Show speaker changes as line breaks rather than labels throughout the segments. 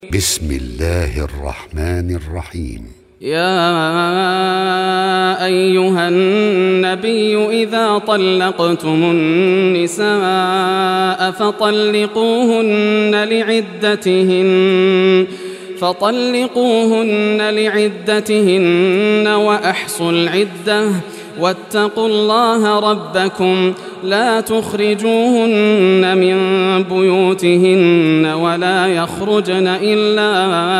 بسم الله الرحمن الرحيم.
يا أيها النبي إذا طلقتم النساء فطلقوهن لعدتهن وأحصوا العدة واتقوا الله ربكم لا تخرجوهن من بيوتهن ولا يخرجن إلا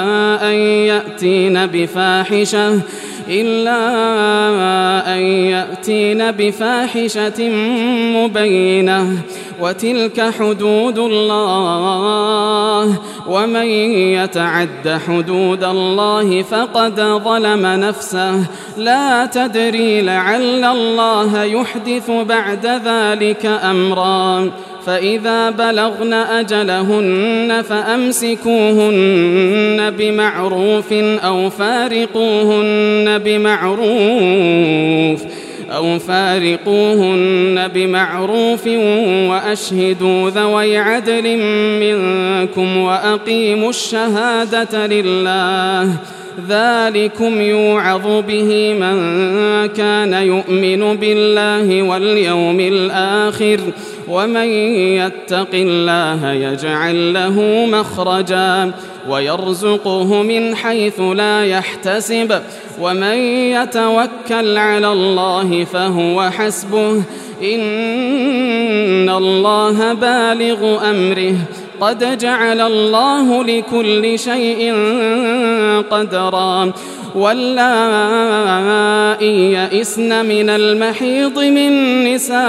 أن يأتين بفاحشة مبينة وتلك حدود الله ومن يتعد حدود الله فقد ظلم نفسه لا تدري لعل الله يحدث بعد ذلك أمرا فإذا بلغن أجلهن فأمسكوهن بمعروف أو فارقوهن بمعروف وأشهدوا ذوي عدل منكم وأقيموا الشهادة لله ذلكم يوعظ به من كان يؤمن بالله واليوم الآخر ومن يتق الله يجعل له مخرجا ويرزقه من حيث لا يحتسب ومن يتوكل على الله فهو حسبه إن الله بالغ أمره قد جعل الله لكل شيء قدرا واللائي يئسن من المحيض من نسائكم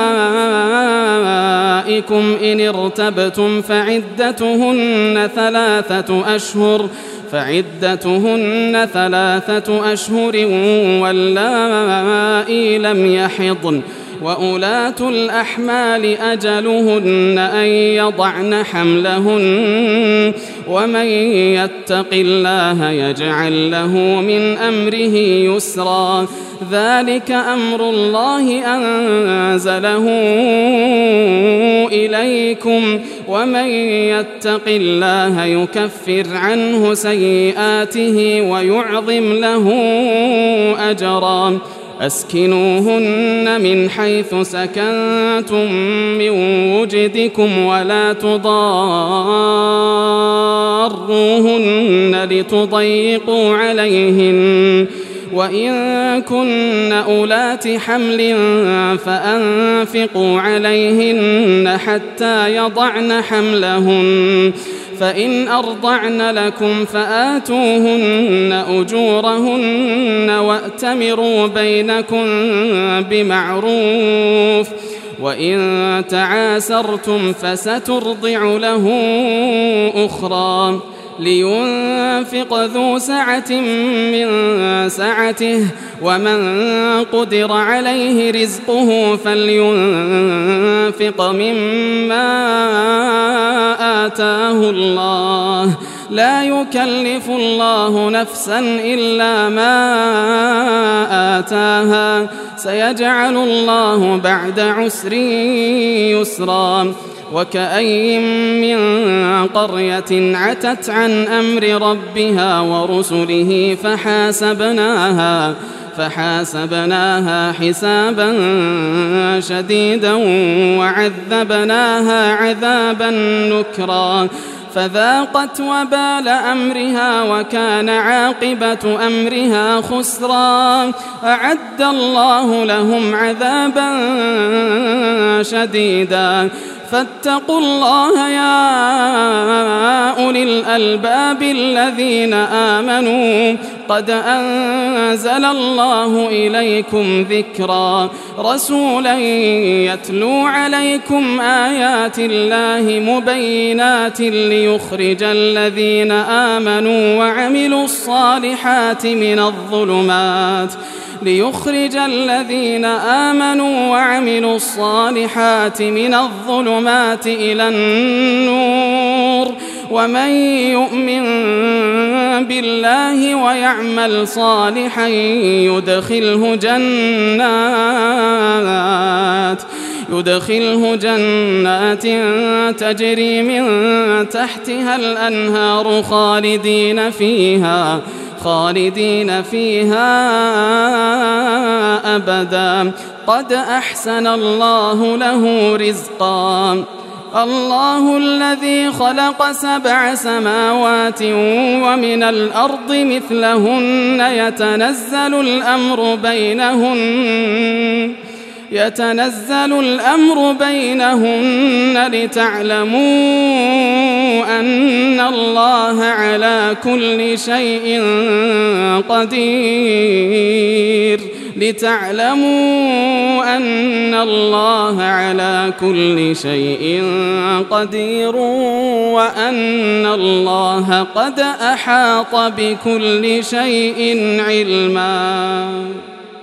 إن ارتبتم فعدتهن ثلاثة أشهر واللائي لم يحضن وأولاة الأحمال أجلهن أن يضعن حملهن ومن يتق الله يجعل له من أمره يسرا ذلك أمر الله أنزله إليكم ومن يتق الله يكفر عنه سيئاته ويعظم له أجرا أسكنوهن من حيث سكنتم من وجدكم ولا تضاروهن لتضيقوا عليهن وإن كن أولات حمل فأنفقوا عليهن حتى يضعن حملهن فإن أرضعن لكم فآتوهن أجورهن وأتمروا بينكم بمعروف وإن تعاسرتم فسترضع له أخرى لينفق ذو سعة من سعته ومن قدر عليه رزقه فلينفق مما آتاه الله لا يكلف الله نفسا إلا ما آتاها سيجعل الله بعد عسر يسرا وكأي من قرية عتت عن أمر ربها ورسله فحاسبناها حسابا شديدا وعذبناها عذابا نكرا فذاقت وبال أمرها وكان عاقبة أمرها خسرا أعد الله لهم عذابا شديدا فاتقوا الله يا أولي الألباب الذين آمنوا قد أنزل الله إليكم ذكرا رسولا يتلو عليكم آيات الله مبينات ليخرج الذين آمنوا وعملوا الصالحات من الظلمات إلى النور ومن يؤمن بالله ويعمل صالحا يدخله جنات تجري من تحتها الأنهار خالدين فيها أبدا قد أحسن الله له رزقا الله الذي خلق 7 سماوات ومن الأرض مثلهن يتنزل الأمر بينهن لتعلموا أن الله على كل شيء قدير وأن الله قد أحاط بكل شيء علما.